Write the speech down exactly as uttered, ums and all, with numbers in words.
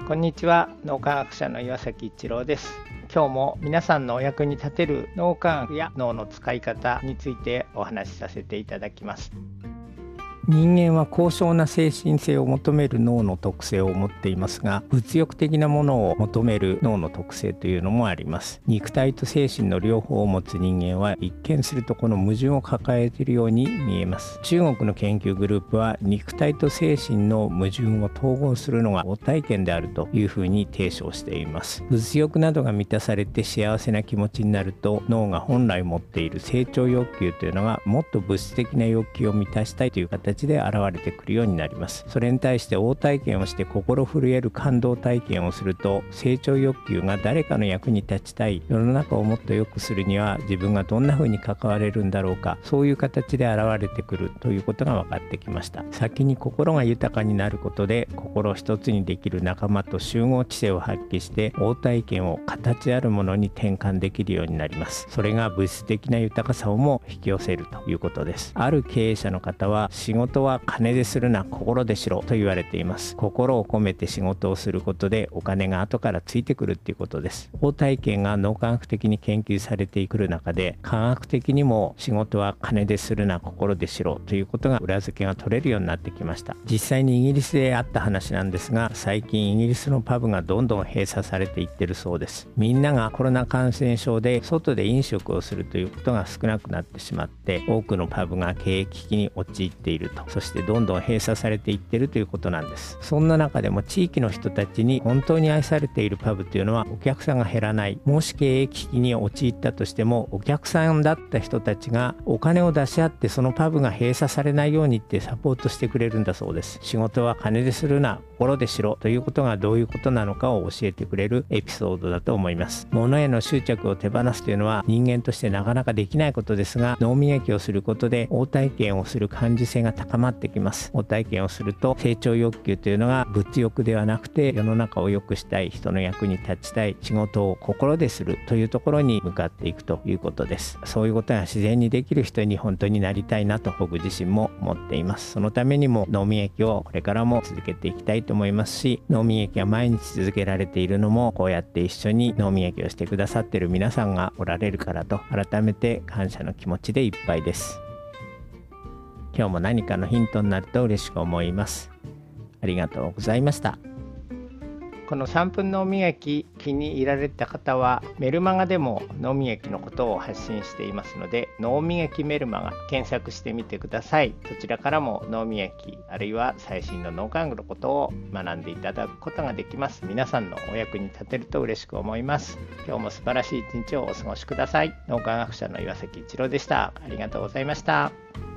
こんにちは、脳科学者の岩崎一郎です。今日も皆さんのお役に立てる脳科学や脳の使い方についてお話しさせていただきます。人間は高尚な精神性を求める脳の特性を持っていますが、物欲的なものを求める脳の特性というのもあります。肉体と精神の両方を持つ人間は一見するとこの矛盾を抱えているように見えます。中国の研究グループは肉体と精神の矛盾を統合するのが応体験であるというふうに提唱しています。物欲などが満たされて幸せな気持ちになると、脳が本来持っている成長欲求というのがもっと物質的な欲求を満たしたいという形で現れてくるようになります。それに対して応体験をして心震える感動体験をすると、成長欲求が誰かの役に立ちたい、世の中をもっと良くするには自分がどんな風に関われるんだろうか、そういう形で現れてくるということが分かってきました。先に心が豊かになることで、心一つにできる仲間と集合知性を発揮して応体験を形あるものに転換できるようになります。それが物質的な豊かさをも引き寄せるということです。ある経営者の方は、仕事は金でするな、心でしろと言われています。心を込めて仕事をすることでお金が後からついてくるっていうことです。応体験が脳科学的に研究されてくる中で、科学的にも仕事は金でするな、心でしろということが裏付けが取れるようになってきました。実際にイギリスであった話なんですが、最近イギリスのパブがどんどん閉鎖されていってるそうです。みんながコロナ感染症で外で飲食をするということが少なくなってしまって、多くのパブが経営危機に陥っていると、そしてどんどん閉鎖されていってるということなんです。そんな中でも地域の人たちに本当に愛されているパブというのはお客さんが減らない。もし経営危機に陥ったとしても、お客さんだった人たちがお金を出し合ってそのパブが閉鎖されないようにってサポートしてくれるんだそうです。仕事は金でするな、心でしろということがどういうことなのかを教えてくれるエピソードだと思います。物への執着を手放すというのは人間としてなかなかできないことですが、脳磨きをすることで応体験をする感受性が高まってきます。応体験をすると成長欲求というのが物欲ではなくて、世の中を良くしたい、人の役に立ちたい、仕事を心でするというところに向かっていくということです。そういうことが自然にできる人に本当になりたいなと僕自身も思っています。そのためにも脳磨きをこれからも続けていきたいと思いますし、脳磨きが毎日続けられているのも、こうやって一緒に脳磨きをしてくださっている皆さんがおられるからと、改めて感謝の気持ちでいっぱいです。今日も何かのヒントになると嬉しく思います。ありがとうございました。このさんぷん脳磨き気に入られた方は、メルマガでも脳磨きのことを発信していますので、脳磨きメルマガ検索してみてください。そちらからも脳磨き、あるいは最新の脳科学のことを学んでいただくことができます。皆さんのお役に立てると嬉しく思います。今日も素晴らしい一日をお過ごしください。脳科学者の岩崎一郎でした。ありがとうございました。